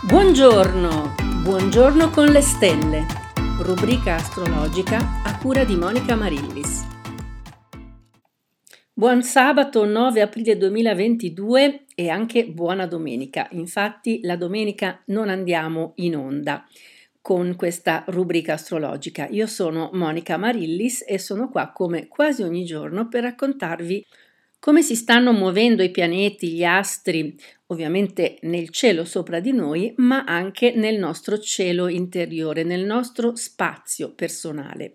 Buongiorno, buongiorno con le stelle, rubrica astrologica a cura di Monica Marillis. Buon sabato 9 aprile 2022 e anche buona domenica. Infatti la domenica non andiamo in onda con questa rubrica astrologica. Io sono Monica Marillis e sono qua come quasi ogni giorno per raccontarvi come si stanno muovendo i pianeti, gli astri, ovviamente nel cielo sopra di noi, ma anche nel nostro cielo interiore, nel nostro spazio personale.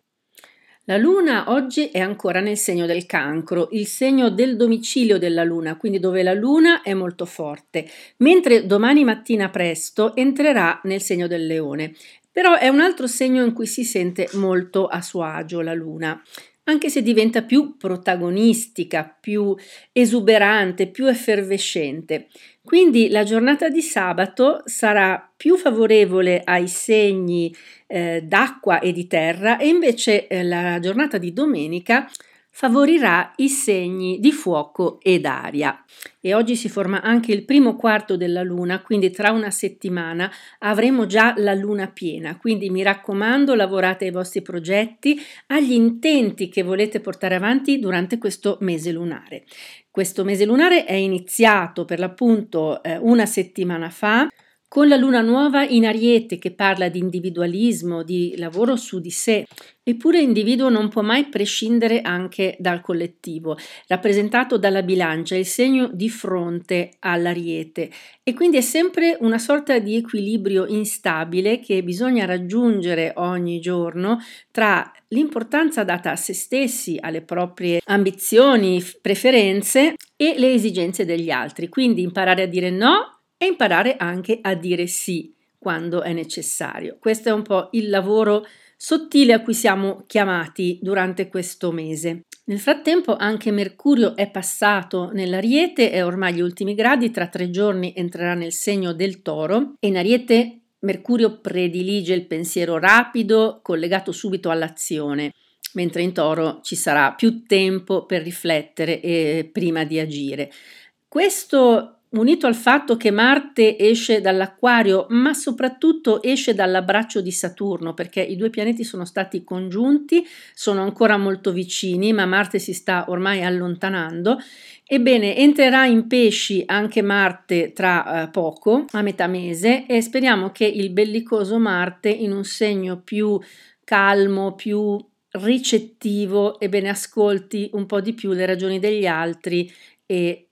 La Luna oggi è ancora nel segno del Cancro, il segno del domicilio della Luna, quindi dove la Luna è molto forte, mentre domani mattina presto entrerà nel segno del Leone. Però è un altro segno in cui si sente molto a suo agio la Luna, anche se diventa più protagonistica, più esuberante, più effervescente. Quindi la giornata di sabato sarà più favorevole ai segni d'acqua e di terra e invece la giornata di domenica favorirà i segni di fuoco e d'aria. E oggi si forma anche il primo quarto della luna, quindi tra una settimana avremo già la luna piena. Quindi mi raccomando, lavorate ai vostri progetti, agli intenti che volete portare avanti durante questo mese lunare. Questo mese lunare è iniziato per l'appunto una settimana fa, con la luna nuova in Ariete che parla di individualismo, di lavoro su di sé. Eppure l'individuo non può mai prescindere anche dal collettivo, rappresentato dalla bilancia, il segno di fronte all'Ariete, e quindi è sempre una sorta di equilibrio instabile che bisogna raggiungere ogni giorno tra l'importanza data a se stessi, alle proprie ambizioni, preferenze e le esigenze degli altri. Quindi imparare a dire no e imparare anche a dire sì quando è necessario. Questo è un po' il lavoro sottile a cui siamo chiamati durante questo mese. Nel frattempo anche Mercurio è passato nell'Ariete, è ormai agli ultimi gradi, tra 3 giorni entrerà nel segno del Toro e in Ariete Mercurio predilige il pensiero rapido, collegato subito all'azione, mentre in Toro ci sarà più tempo per riflettere prima di agire. Questo unito al fatto che Marte esce dall'Acquario, ma soprattutto esce dall'abbraccio di Saturno, perché i due pianeti sono stati congiunti, sono ancora molto vicini, ma Marte si sta ormai allontanando. Ebbene, entrerà in Pesci anche Marte tra poco, a metà mese, e speriamo che il bellicoso Marte, in un segno più calmo, più ricettivo, ebbene ascolti un po' di più le ragioni degli altri e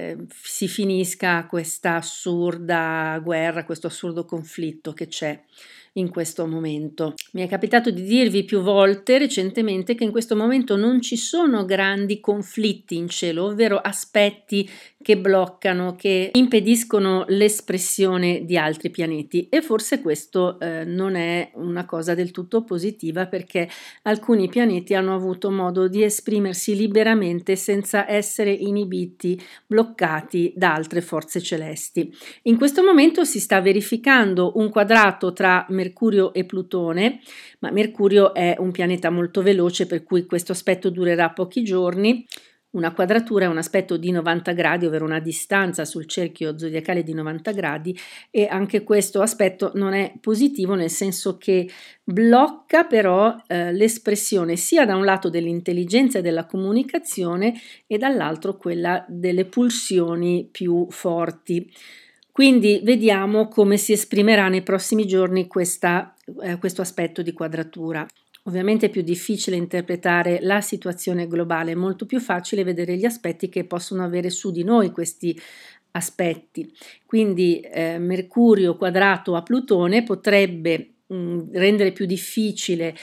si finisca questa assurda guerra, questo assurdo conflitto che c'è in questo momento. Mi è capitato di dirvi più volte recentemente che in questo momento non ci sono grandi conflitti in cielo, ovvero aspetti che bloccano, che impediscono l'espressione di altri pianeti, e forse questo non è una cosa del tutto positiva, perché alcuni pianeti hanno avuto modo di esprimersi liberamente senza essere inibiti, bloccati da altre forze celesti. In questo momento si sta verificando un quadrato tra Mercurio e Plutone, ma Mercurio è un pianeta molto veloce, per cui questo aspetto durerà pochi giorni. Una quadratura è un aspetto di 90 gradi, ovvero una distanza sul cerchio zodiacale di 90 gradi, e anche questo aspetto non è positivo, nel senso che blocca però l'espressione sia da un lato dell'intelligenza e della comunicazione e dall'altro quella delle pulsioni più forti. Quindi vediamo come si esprimerà nei prossimi giorni questo aspetto di quadratura. Ovviamente è più difficile interpretare la situazione globale, è molto più facile vedere gli aspetti che possono avere su di noi questi aspetti. Quindi Mercurio quadrato a Plutone potrebbe rendere più difficile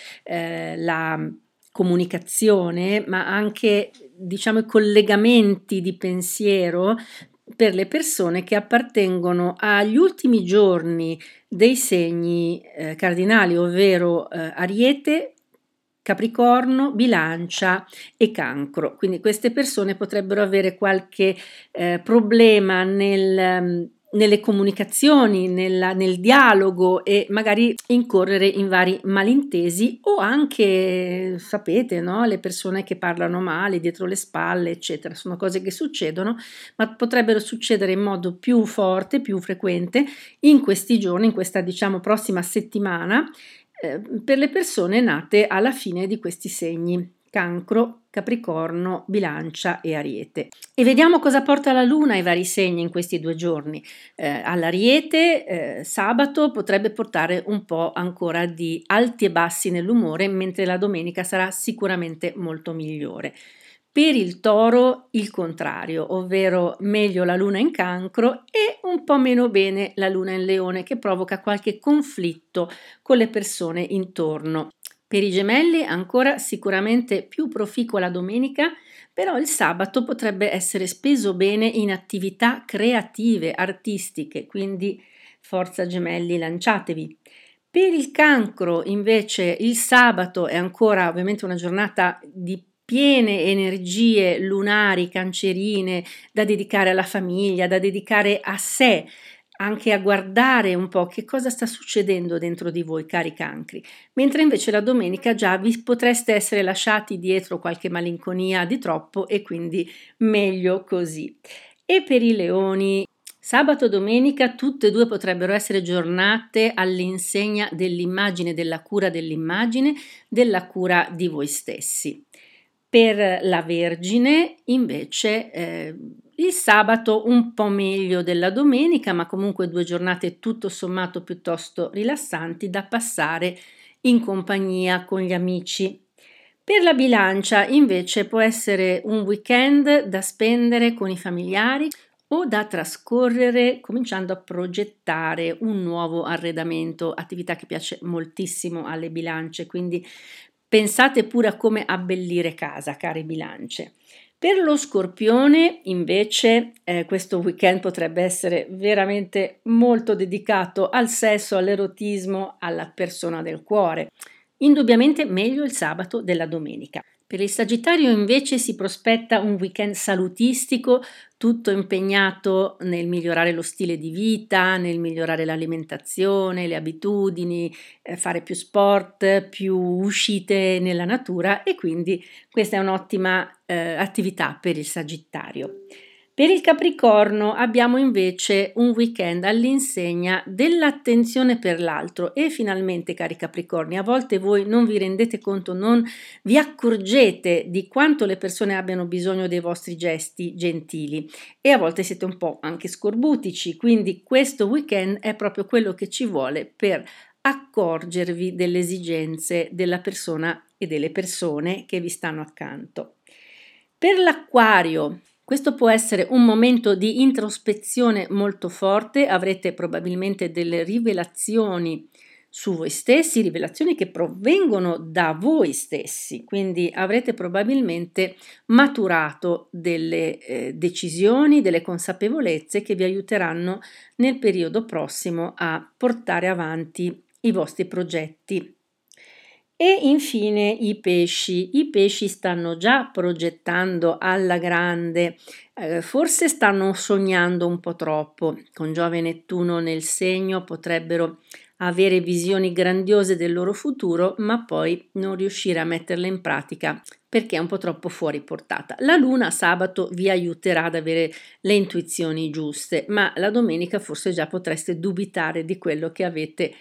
la comunicazione, ma anche diciamo i collegamenti di pensiero per le persone che appartengono agli ultimi giorni dei segni cardinali, ovvero Ariete, Capricorno, Bilancia e Cancro. Quindi queste persone potrebbero avere qualche problema nel nelle comunicazioni, nel dialogo e magari incorrere in vari malintesi o anche, sapete, no? Le persone che parlano male dietro le spalle, eccetera. Sono cose che succedono, ma potrebbero succedere in modo più forte, più frequente in questi giorni, in questa diciamo prossima settimana, per le persone nate alla fine di questi segni: Cancro, Capricorno, Bilancia e Ariete. E vediamo cosa porta la Luna ai vari segni in questi 2 giorni. All'Ariete, sabato potrebbe portare un po' ancora di alti e bassi nell'umore, mentre la domenica sarà sicuramente molto migliore. Per il Toro il contrario, ovvero meglio la Luna in Cancro e un po' meno bene la Luna in Leone, che provoca qualche conflitto con le persone intorno. Per i Gemelli ancora sicuramente più proficua la domenica, però il sabato potrebbe essere speso bene in attività creative, artistiche, quindi forza Gemelli, lanciatevi. Per il Cancro invece il sabato è ancora ovviamente una giornata di piene energie lunari, cancerine, da dedicare alla famiglia, da dedicare a sé, anche a guardare un po' che cosa sta succedendo dentro di voi, cari cancri, mentre invece la domenica già vi potreste essere lasciati dietro qualche malinconia di troppo e quindi meglio così. E per i leoni, sabato e domenica tutte e due potrebbero essere giornate all'insegna dell'immagine, della cura dell'immagine, della cura di voi stessi. Per la Vergine invece il sabato un po' meglio della domenica, ma comunque 2 giornate tutto sommato piuttosto rilassanti da passare in compagnia con gli amici. Per la Bilancia invece può essere un weekend da spendere con i familiari o da trascorrere cominciando a progettare un nuovo arredamento, attività che piace moltissimo alle bilance, quindi pensate pure a come abbellire casa, cari bilance. Per lo Scorpione, invece, questo weekend potrebbe essere veramente molto dedicato al sesso, all'erotismo, alla persona del cuore. Indubbiamente meglio il sabato della domenica. Per il Sagittario invece si prospetta un weekend salutistico, tutto impegnato nel migliorare lo stile di vita, nel migliorare l'alimentazione, le abitudini, fare più sport, più uscite nella natura e quindi questa è un'ottima attività per il Sagittario. Per il Capricorno abbiamo invece un weekend all'insegna dell'attenzione per l'altro e finalmente, cari Capricorni, a volte voi non vi rendete conto, non vi accorgete di quanto le persone abbiano bisogno dei vostri gesti gentili e a volte siete un po' anche scorbutici, quindi questo weekend è proprio quello che ci vuole per accorgervi delle esigenze della persona e delle persone che vi stanno accanto. Per l'Acquario, questo può essere un momento di introspezione molto forte, avrete probabilmente delle rivelazioni su voi stessi, rivelazioni che provengono da voi stessi, quindi avrete probabilmente maturato delle decisioni, delle consapevolezze che vi aiuteranno nel periodo prossimo a portare avanti i vostri progetti. E infine i pesci stanno già progettando alla grande, forse stanno sognando un po' troppo, con Giove e Nettuno nel segno potrebbero avere visioni grandiose del loro futuro, ma poi non riuscire a metterle in pratica perché è un po' troppo fuori portata. La luna sabato vi aiuterà ad avere le intuizioni giuste, ma la domenica forse già potreste dubitare di quello che avete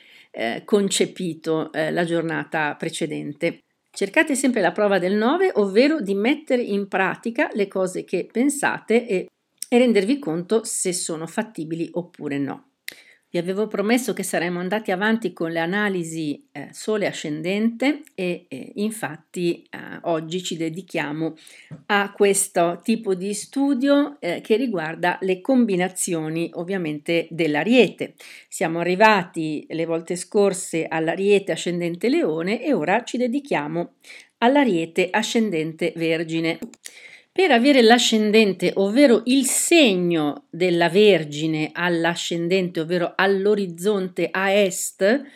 concepito la giornata precedente. Cercate sempre la prova del 9, ovvero di mettere in pratica le cose che pensate e rendervi conto se sono fattibili oppure no. Vi avevo promesso che saremmo andati avanti con le analisi Sole ascendente e infatti oggi ci dedichiamo a questo tipo di studio che riguarda le combinazioni ovviamente dell'Ariete. Siamo arrivati le volte scorse all'Ariete ascendente Leone e ora ci dedichiamo all'Ariete ascendente Vergine. Per avere l'ascendente, ovvero il segno della Vergine all'ascendente, ovvero all'orizzonte a est,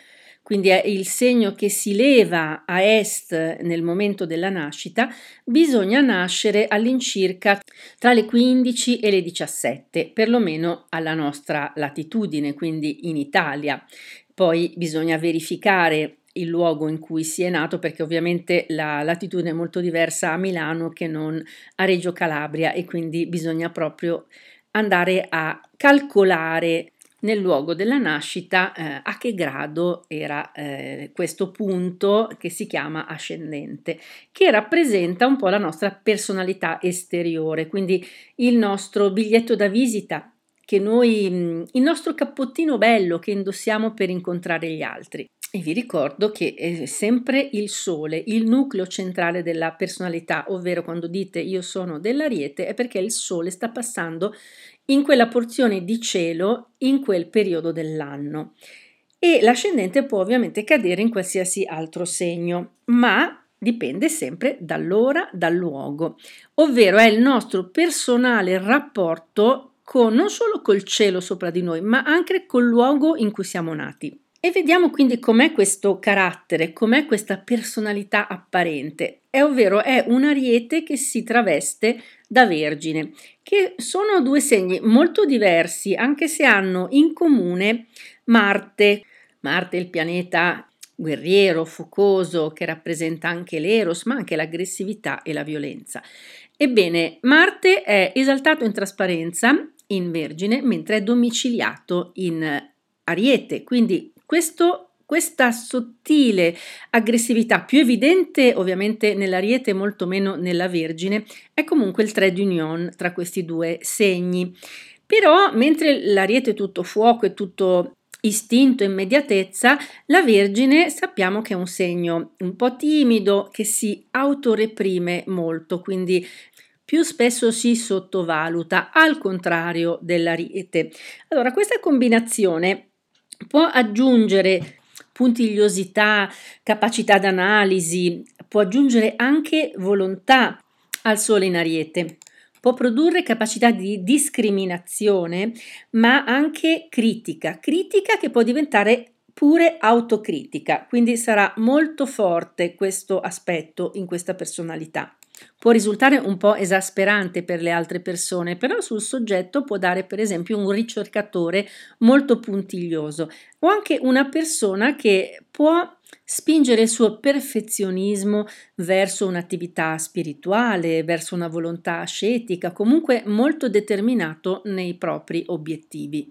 quindi è il segno che si leva a est nel momento della nascita, bisogna nascere all'incirca tra le 15 e le 17, perlomeno alla nostra latitudine, quindi in Italia. Poi bisogna verificare il luogo in cui si è nato, perché ovviamente la latitudine è molto diversa a Milano che non a Reggio Calabria, e quindi bisogna proprio andare a calcolare nel luogo della nascita a che grado era questo punto che si chiama ascendente, che rappresenta un po' la nostra personalità esteriore, quindi il nostro biglietto da visita che noi, il nostro cappottino bello che indossiamo per incontrare gli altri. E vi ricordo che è sempre il Sole, il nucleo centrale della personalità, ovvero quando dite io sono dell'Ariete è perché il Sole sta passando in quella porzione di cielo in quel periodo dell'anno. E l'ascendente può ovviamente cadere in qualsiasi altro segno, ma dipende sempre dall'ora, dal luogo, ovvero è il nostro personale rapporto non solo col cielo sopra di noi, ma anche col luogo in cui siamo nati. E vediamo quindi com'è questo carattere, com'è questa personalità apparente, ovvero è un ariete che si traveste da Vergine, che sono due segni molto diversi, anche se hanno in comune Marte. Marte è il pianeta guerriero, focoso, che rappresenta anche l'eros, ma anche l'aggressività e la violenza. Ebbene, Marte è esaltato in trasparenza in Vergine, mentre è domiciliato in Ariete, quindi questa sottile aggressività, più evidente ovviamente nell'Ariete, molto meno nella Vergine, è comunque il trait d'union tra questi due segni. Però, mentre l'Ariete è tutto fuoco e tutto istinto e immediatezza, la Vergine sappiamo che è un segno un po' timido, che si autoreprime molto, quindi più spesso si sottovaluta, al contrario dell'Ariete. Allora, questa combinazione può aggiungere puntigliosità, capacità d'analisi, può aggiungere anche volontà al Sole in Ariete. Può produrre capacità di discriminazione, ma anche critica che può diventare pure autocritica, quindi sarà molto forte questo aspetto in questa personalità. Può risultare un po' esasperante per le altre persone, però sul soggetto può dare per esempio un ricercatore molto puntiglioso o anche una persona che può spingere il suo perfezionismo verso un'attività spirituale, verso una volontà ascetica, comunque molto determinato nei propri obiettivi.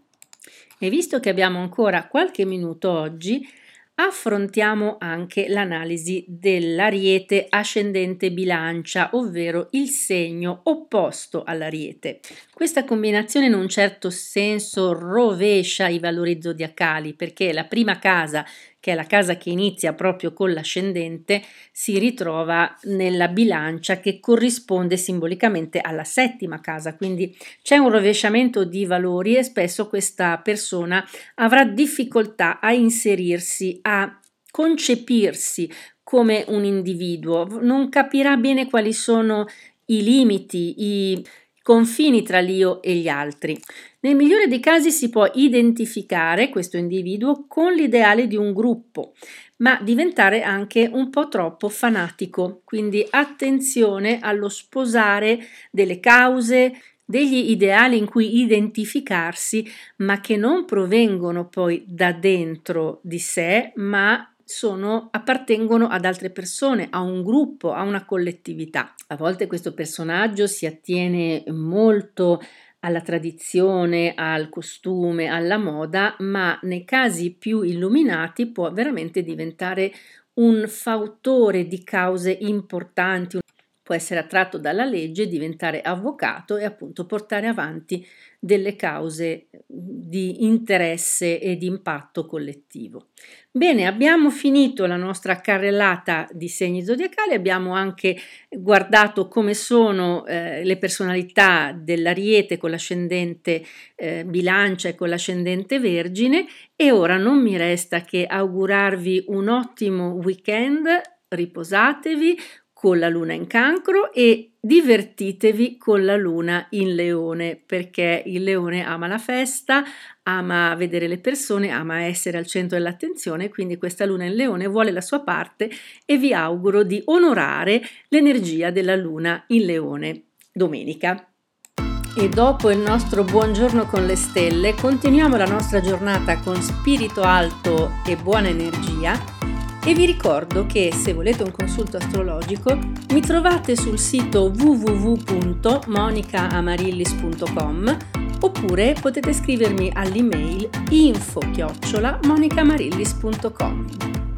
E visto che abbiamo ancora qualche minuto oggi, affrontiamo anche l'analisi dell'Ariete ascendente Bilancia, ovvero il segno opposto all'Ariete. Questa combinazione in un certo senso rovescia i valori zodiacali, perché la prima casa, che è la casa che inizia proprio con l'ascendente, si ritrova nella Bilancia che corrisponde simbolicamente alla settima casa, quindi c'è un rovesciamento di valori e spesso questa persona avrà difficoltà a inserirsi, a concepirsi come un individuo, non capirà bene quali sono i limiti, i confini tra l'io e gli altri. Nel migliore dei casi si può identificare questo individuo con l'ideale di un gruppo, ma diventare anche un po' troppo fanatico, quindi attenzione allo sposare delle cause, degli ideali in cui identificarsi, ma che non provengono poi da dentro di sé, ma appartengono ad altre persone, a un gruppo, a una collettività. A volte questo personaggio si attiene molto alla tradizione, al costume, alla moda, ma nei casi più illuminati può veramente diventare un fautore di cause importanti, può essere attratto dalla legge, diventare avvocato e appunto portare avanti delle cause di interesse e di impatto collettivo. Bene, abbiamo finito la nostra carrellata di segni zodiacali, abbiamo anche guardato come sono le personalità dell'Ariete con l'ascendente Bilancia e con l'ascendente Vergine, e ora non mi resta che augurarvi un ottimo weekend, riposatevi, con la luna in Cancro e divertitevi con la luna in Leone, perché il Leone ama la festa, ama vedere le persone, ama essere al centro dell'attenzione, quindi questa luna in Leone vuole la sua parte e vi auguro di onorare l'energia della luna in Leone domenica. E dopo il nostro buongiorno con le stelle, continuiamo la nostra giornata con spirito alto e buona energia. E vi ricordo che se volete un consulto astrologico mi trovate sul sito www.monicaamarillis.com oppure potete scrivermi all'email info@monicamarillis.com.